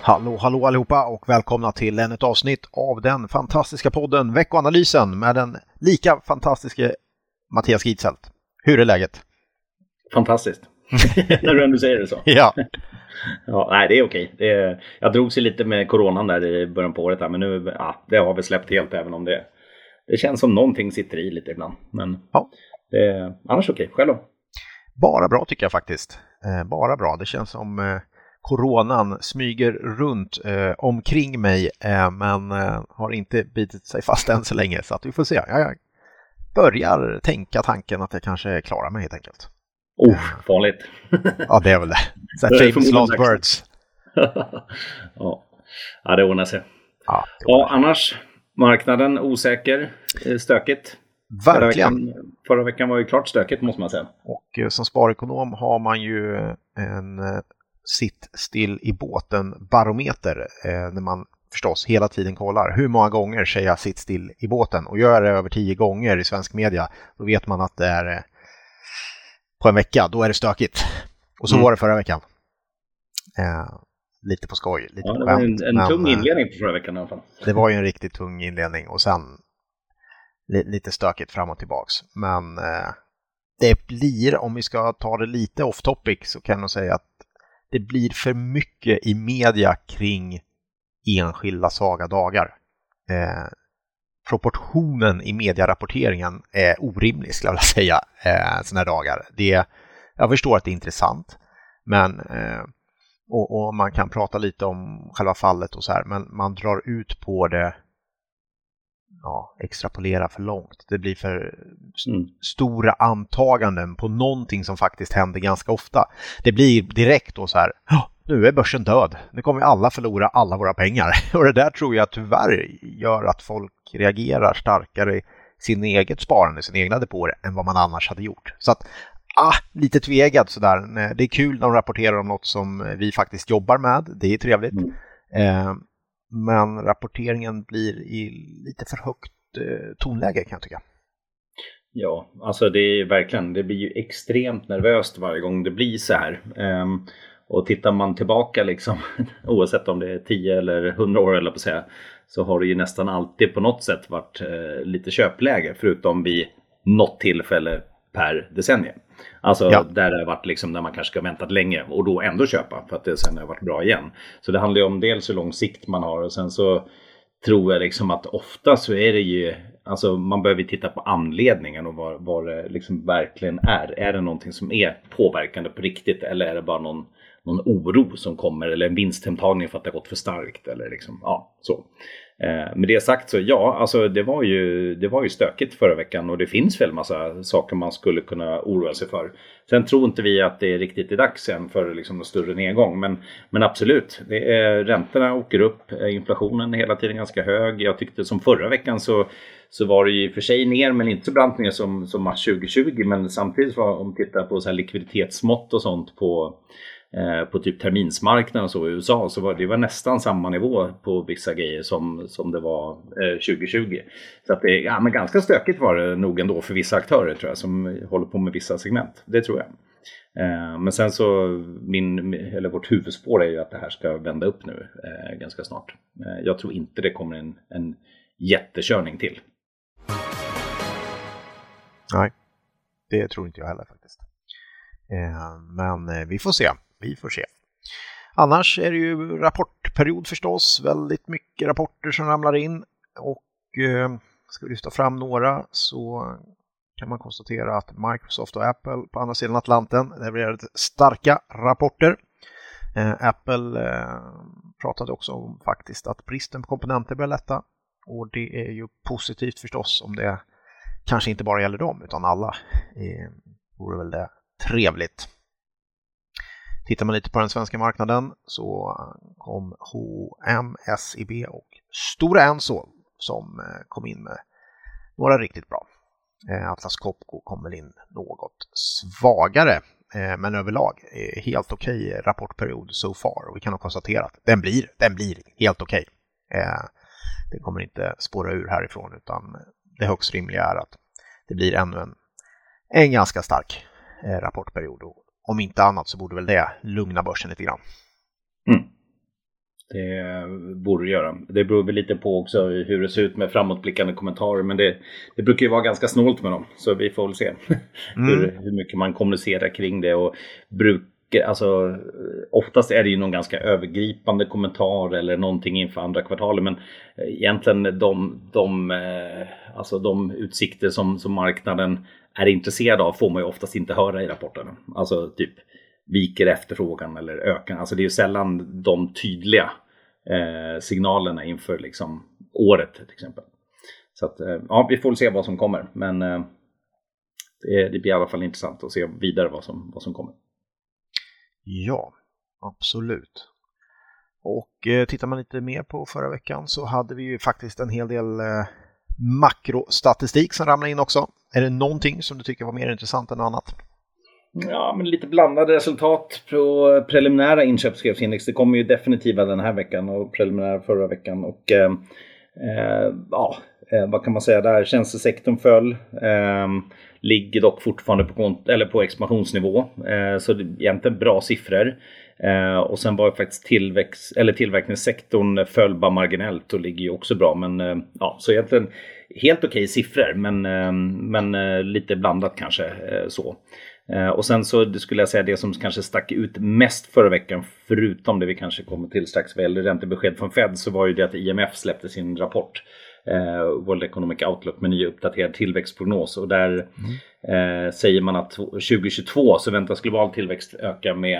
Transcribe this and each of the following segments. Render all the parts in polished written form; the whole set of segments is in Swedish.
Hallå allihopa och välkomna till ännu ett avsnitt av den fantastiska podden Veckoanalysen med den lika fantastiska Mattias Gitzelt. Hur är läget? Fantastiskt. När du ändå säger det så. Ja. Ja, nej, det är okej. Jag drog sig lite med coronan där i början på året här, men nu det har vi släppt helt, även om det känns som någonting sitter i lite ibland. Men ja. Annars okej. Själv då? Bara bra tycker jag faktiskt. Bara bra. Det känns som coronan smyger runt omkring mig men har inte bitit sig fast än så länge, så att vi får se. Jag börjar tänka tanken att jag kanske klarar mig helt enkelt. Farligt. Ja, det är väl det. Så famous last words. Ja, det ordnar sig. Ja, annars marknaden osäker, stökigt. Verkligen. Förra veckan var ju klart stökigt, måste man säga. Och som sparekonom har man ju en sitt still i båten barometer när man förstås hela tiden kollar hur många gånger säger jag sitt still i båten, och gör det över 10 gånger i svensk media, då vet man att det är på en vecka, då är det stökigt. Och så var det förra veckan. Lite på skoj, lite på skämt. En tung inledning på förra veckan i alla fall. Det var ju en riktigt tung inledning och sen lite stökigt fram och tillbaks. Men det blir, om vi ska ta det lite off topic, så kan jag säga att det blir för mycket i media kring enskilda svaga dagar. Proportionen i medierapporteringen är orimlig, skulle jag vilja säga, såna här dagar. Jag förstår att det är intressant, men och man kan prata lite om själva fallet och så här, men man drar ut på det, extrapolera för långt. Det blir för stora antaganden på någonting som faktiskt händer ganska ofta. Det blir direkt då så här, nu är börsen död. Nu kommer vi alla förlora alla våra pengar. Och det där tror jag tyvärr gör att folk reagerar starkare i sin eget sparande, sin egna depåer, än vad man annars hade gjort. Så att, lite tvegad sådär. Det är kul när de rapporterar om något som vi faktiskt jobbar med. Det är trevligt. Men rapporteringen blir i lite för högt tonläge, kan jag tycka. Ja, alltså det är verkligen, det blir ju extremt nervöst varje gång det blir så här. Och tittar man tillbaka liksom, oavsett om det är 10 eller 100 år eller på att säga, så har det ju nästan alltid på något sätt varit lite köpläge, förutom vid något tillfälle per decennium. Alltså där det har varit liksom, där man kanske ska ha väntat länge och då ändå köpa för att det sen har varit bra igen. Så det handlar ju om dels hur lång sikt man har, och sen så tror jag liksom att ofta så är det ju, alltså man behöver titta på anledningen och vad det liksom verkligen är. Är det någonting som är påverkande på riktigt, eller är det bara någon oro som kommer, eller en vinsthemtagning för att det har gått för starkt, eller liksom, så. Med det sagt så alltså det var ju stökigt förra veckan, och det finns väl massa saker man skulle kunna oroa sig för. Sen tror inte vi att det är riktigt i dags än för liksom en större nedgång, men absolut, räntorna åker upp, inflationen är hela tiden ganska hög. Jag tyckte som förra veckan så var det ju för sig ner, men inte så brant ner som mars 2020, men samtidigt om man tittar på så här likviditetsmått och sånt på typ terminsmarknaden och så i USA, så det var nästan samma nivå på vissa grejer som det var 2020. Så att det men ganska stökigt var det nog ändå för vissa aktörer, tror jag, som håller på med vissa segment. Det tror jag. Men sen så vårt huvudspår är ju att det här ska vända upp nu ganska snart. Jag tror inte det kommer en jättekörning till. Nej, det tror inte jag heller faktiskt. Men vi får se. Annars är det ju rapportperiod förstås. Väldigt mycket rapporter som ramlar in. Och ska vi lyfta fram några, så kan man konstatera att Microsoft och Apple på andra sidan Atlanten levererar starka rapporter. Apple pratade också om faktiskt att bristen på komponenter börjar lätta. Och det är ju positivt förstås, om det kanske inte bara gäller dem utan alla. Vore väl det trevligt. Tittar man lite på den svenska marknaden så kom H&M, SEB och Stora Enso som kom in med några riktigt bra. Atlas Copco kom väl in något svagare, men överlag helt okej rapportperiod so far, och vi kan nog konstatera att den blir helt okej. Det kommer inte spåra ur härifrån, utan det högst rimliga är att det blir ännu en ganska stark rapportperiod, och om inte annat så borde väl det lugna börsen lite grann. Det borde det göra. Det beror väl lite på också hur det ser ut med framåtblickande kommentarer. Men det brukar ju vara ganska snålt med dem. Så vi får väl se hur mycket man kommunicerar kring det. Och alltså, oftast är det ju någon ganska övergripande kommentar eller någonting inför andra kvartalet. Men egentligen de utsikter som marknaden är intresserad av får man ju oftast inte höra i rapporterna. Alltså typ viker efterfrågan eller ökar. Alltså det är ju sällan de tydliga signalerna inför liksom året till exempel. Så att ja, vi får se vad som kommer. Men det blir i alla fall intressant att se vidare vad som kommer. Ja, absolut. Och tittar man lite mer på förra veckan så hade vi ju faktiskt en hel del makrostatistik som ramlade in också. Är det någonting som du tycker var mer intressant än annat? Ja, men lite blandade resultat på preliminära inköpschefsindex. Det kommer ju definitiva den här veckan och preliminära förra veckan. Och vad kan man säga där? Tjänstesektorn föll. Ligger dock fortfarande på expansionsnivå. Så det är egentligen bra siffror. Och sen var faktiskt tillverkningssektorn föll bara marginellt och ligger ju också bra. Men så egentligen helt okej siffror. Men lite blandat kanske så. Och sen så skulle jag säga det som kanske stack ut mest förra veckan, förutom det vi kanske kommer till strax väl, räntebesked från Fed, så var ju det att IMF släppte sin rapport World Economic Outlook med ny uppdaterad tillväxtprognos, och där säger man att 2022 så väntas global tillväxt öka med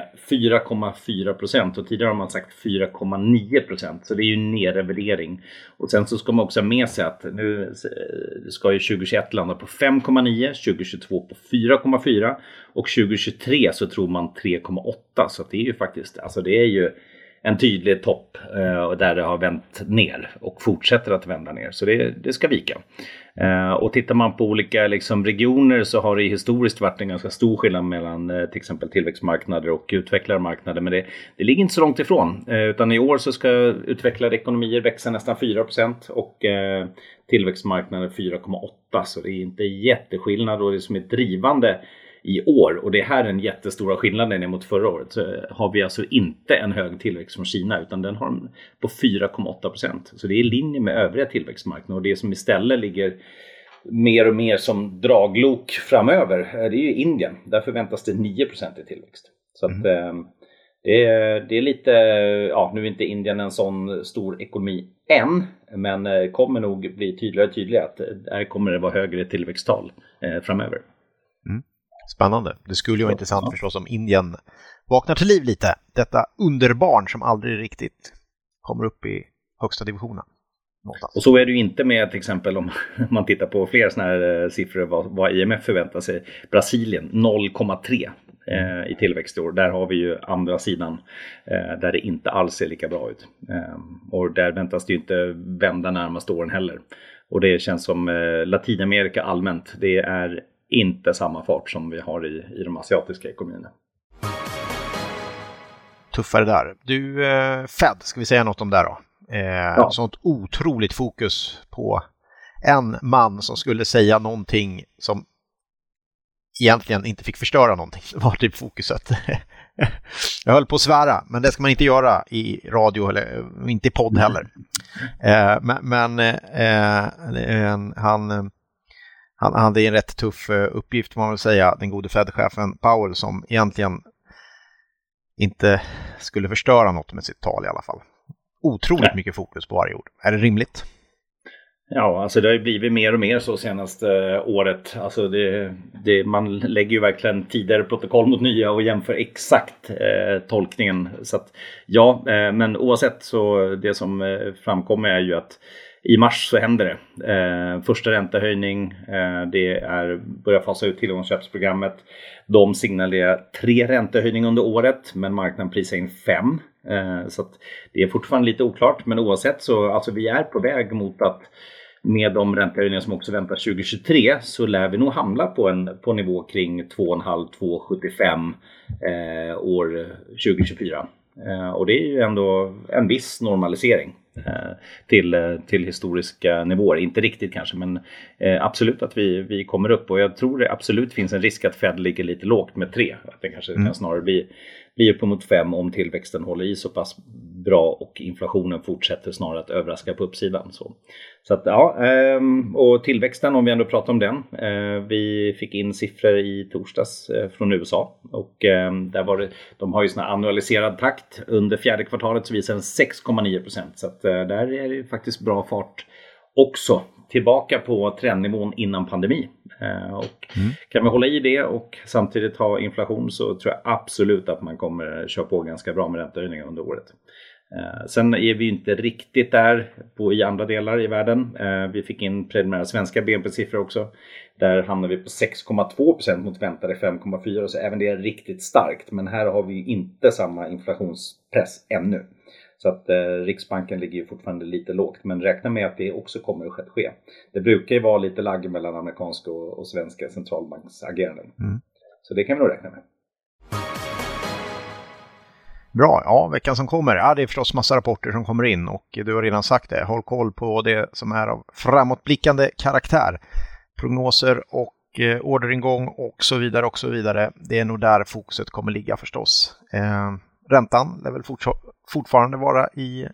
4,4%, och tidigare har man sagt 4,9%, så det är ju en nedrevidering. Och sen så ska man också ha med sig att nu ska ju 2021 landa på 5,9, 2022 på 4,4 och 2023 så tror man 3,8, så det är ju faktiskt, alltså det är ju en tydlig topp där det har vänt ner och fortsätter att vända ner. Så det ska vika. Och tittar man på olika liksom regioner så har det historiskt varit en ganska stor skillnad mellan till exempel tillväxtmarknader och utvecklarmarknader. Men det ligger inte så långt ifrån. Utan i år så ska utvecklade ekonomier växa nästan 4% och tillväxtmarknader 4,8%. Så det är inte jätteskillnad, och det som är drivande i år, och det här är den jättestora skillnaden mot förra året, så har vi alltså inte en hög tillväxt från Kina, utan den har på 4,8%. Så det är i linje med övriga tillväxtmarknader, och det som istället ligger mer och mer som draglok framöver, det är ju Indien. Där förväntas det 9% i tillväxt. Så att det är lite, nu är inte Indien en sån stor ekonomi än, men kommer nog bli tydligare att där kommer det vara högre tillväxttal framöver. Spännande. Det skulle ju vara intressant förstås om Indien vaknar till liv lite. Detta underbarn som aldrig riktigt kommer upp i högsta divisionen. Och så är det ju inte med till exempel om man tittar på fler såna här siffror vad IMF förväntar sig. Brasilien 0,3 i tillväxt i år. Där har vi ju andra sidan där det inte alls ser lika bra ut. Och där väntas det ju inte vända närmaste åren heller. Och det känns som Latinamerika allmänt, det är inte samma fart som vi har i de asiatiska ekonomierna. Tuffare där. Du, Fed, ska vi säga något om det då? Sånt otroligt fokus på en man som skulle säga någonting som egentligen inte fick förstöra någonting. Det var typ fokuset. Jag höll på att svära, men det ska man inte göra i radio eller inte i podd heller. Han hade en rätt tuff uppgift, får man väl säga, den gode Fed-chefen Powell, som egentligen inte skulle förstöra något med sitt tal i alla fall. Otroligt mycket fokus på varje ord. Är det rimligt? Ja, alltså det har ju blivit mer och mer så senaste året. Alltså man lägger ju verkligen tidigare protokoll mot nya och jämför exakt tolkningen. Så att, men oavsett så det som framkommer är ju att i mars så händer det. Första räntehöjning, det börjar fasa ut tillgångsköpsprogrammet. De signalerar 3 räntehöjningar under året, men marknaden prisar in 5. Så att det är fortfarande lite oklart, men oavsett så alltså vi är på väg mot att med de räntehöjningar som också väntas 2023 så lär vi nog hamna på nivå kring 2,5-2,75 år 2024. Och det är ju ändå en viss normalisering till historiska nivåer. Inte riktigt kanske, men absolut att vi kommer upp. Och jag tror det absolut finns en risk att Fed ligger lite lågt med 3. Att det kanske kan snarare bli uppemot 5 om tillväxten håller i så pass bra och inflationen fortsätter snarare att överraska på uppsidan. Så att ja, och tillväxten, om vi ändå pratar om den. Vi fick in siffror i torsdags från USA och där var det, de har ju sån här annualiserad takt. Under fjärde kvartalet så visar den 6,9%, så att där är det ju faktiskt bra fart också. Tillbaka på trendnivån innan pandemi. Och kan vi hålla i det och samtidigt ha inflation, så tror jag absolut att man kommer köra på ganska bra med räntehöjningar under året. Sen är vi inte riktigt där i andra delar i världen. Vi fick in preliminära svenska BNP-siffror också. Där hamnar vi på 6,2% mot väntade 5,4%. Så även det är riktigt starkt. Men här har vi inte samma inflationspress ännu. Så att Riksbanken ligger ju fortfarande lite lågt. Men räkna med att det också kommer att ske. Det brukar ju vara lite lagg mellan amerikanska och svenska centralbanksageranden. Så det kan vi nog räkna med. Bra, ja, veckan som kommer. Ja, det är förstås massa rapporter som kommer in och du har redan sagt det. Håll koll på det som är av framåtblickande karaktär. Prognoser och orderingång och så vidare och så vidare. Det är nog där fokuset kommer ligga förstås. Räntan lär väl fortfarande vara i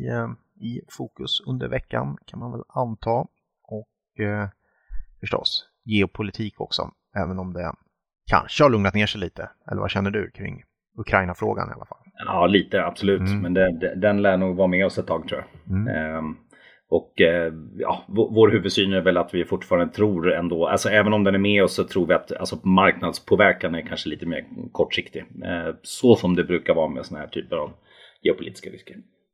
fokus under veckan, kan man väl anta. Och förstås geopolitik också, även om det kanske har lugnat ner sig lite. Eller vad känner du kring Ukraina-frågan i alla fall? Ja, lite absolut. Men den lär nog vara med oss ett tag, tror jag. Och ja, vår huvudsyn är väl att vi fortfarande tror ändå, alltså även om den är med oss, så tror vi att alltså, marknadspåverkan är kanske lite mer kortsiktig. Så som det brukar vara med såna här typer av geopolitiska risker.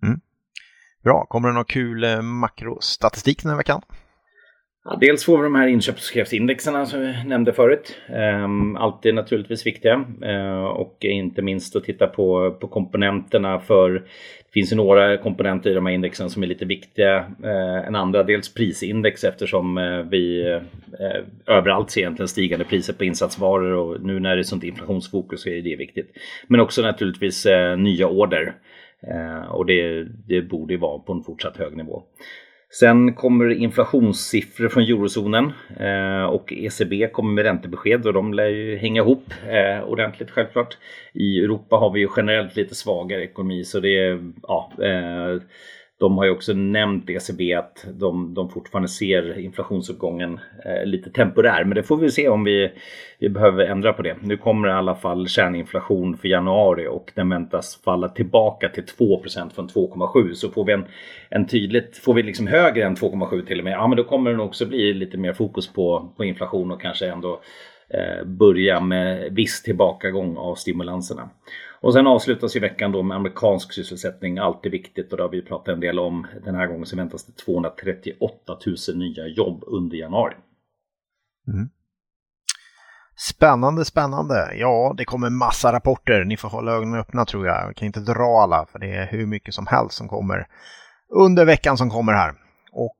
Bra, kommer det någon kul makrostatistik den här veckan? Ja, dels får vi de här inköpschefsindexerna som vi nämnde förut. Alltid naturligtvis viktiga. Och inte minst att titta på komponenterna, för det finns ju några komponenter i de här indexen som är lite viktiga än andra. Dels prisindex, eftersom vi överallt ser egentligen stigande priser på insatsvaror, och nu när det är sånt inflationsfokus så är det viktigt. Men också naturligtvis nya order. Och det borde ju vara på en fortsatt hög nivå. Sen kommer inflationssiffror från eurozonen och ECB kommer med räntebesked, och de lär ju hänga ihop ordentligt självklart. I Europa har vi ju generellt lite svagare ekonomi, så det är, ja, de har ju också nämnt ECB att de fortfarande ser inflationsuppgången lite temporär. Men det får vi se om vi behöver ändra på det. Nu kommer i alla fall kärninflation för januari, och den väntas falla tillbaka till 2% från 2,7. Så får vi får vi liksom högre än 2,7 till och med. Ja, men då kommer det nog också bli lite mer fokus på inflation, och kanske ändå börja med viss tillbakagång av stimulanserna. Och sen avslutas ju veckan då med amerikansk sysselsättning, alltid viktigt, och det har vi pratat en del om. Den här gången så väntas det 238 000 nya jobb under januari. Spännande. Ja, det kommer massa rapporter. Ni får hålla ögonen öppna, tror jag. Jag kan inte dra alla, för det är hur mycket som helst som kommer under veckan som kommer här. Och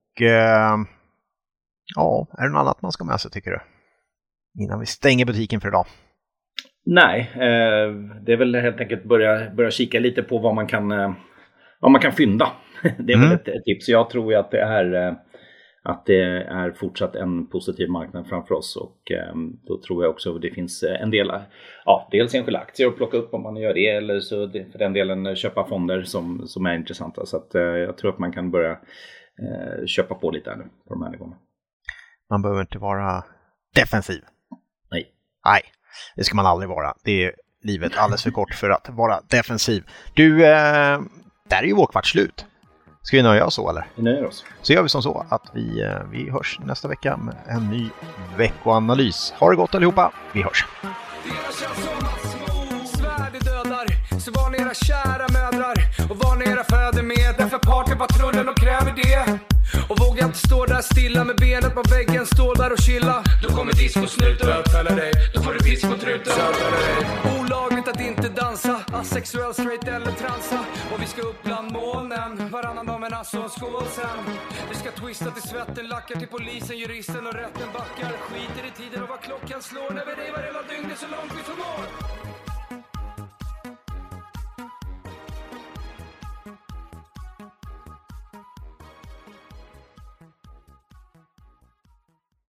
ja, är det något annat man ska med sig, tycker du? Innan vi stänger butiken för idag. Nej, det är väl helt enkelt börja kika lite på vad man kan fynda. Det är väl ett tips. Jag tror ju att det är fortsatt en positiv marknad framför oss, och då tror jag också att det finns en del, dels enskilda aktier att plocka upp om man gör det, eller så för den delen köpa fonder som är intressanta. Så att jag tror att man kan börja köpa på lite här nu på de här nivåerna. Man behöver inte vara defensiv. Nej, det ska man aldrig vara. Det är livet alldeles för kort för att vara defensiv. Du, där är ju vår kvart slut. Ska vi nöja oss så, eller? Vi nöjer oss. Så gör vi som så att vi hörs nästa vecka med en ny veckoanalys. Ha det gott allihopa. Vi hörs. Så var ni era kära mödrar och var ni era fäder med. Därför partypatrullen och kräver det. Och våga inte stå där stilla med benet på väggen, stå där och chilla. Då kommer discosnuten bötfälla dig. Då får du discotruten bötfälla dig. Olagligt att inte dansa, asexuell, straight eller transa. Och vi ska upp bland molnen, varannan dag med nass och skål sen. Vi ska twista till svetten, lackar till polisen, juristen och rätten backar. Skiter i tiden och vad klockan slår när vi rivar hela dygnet så långt vi förmår.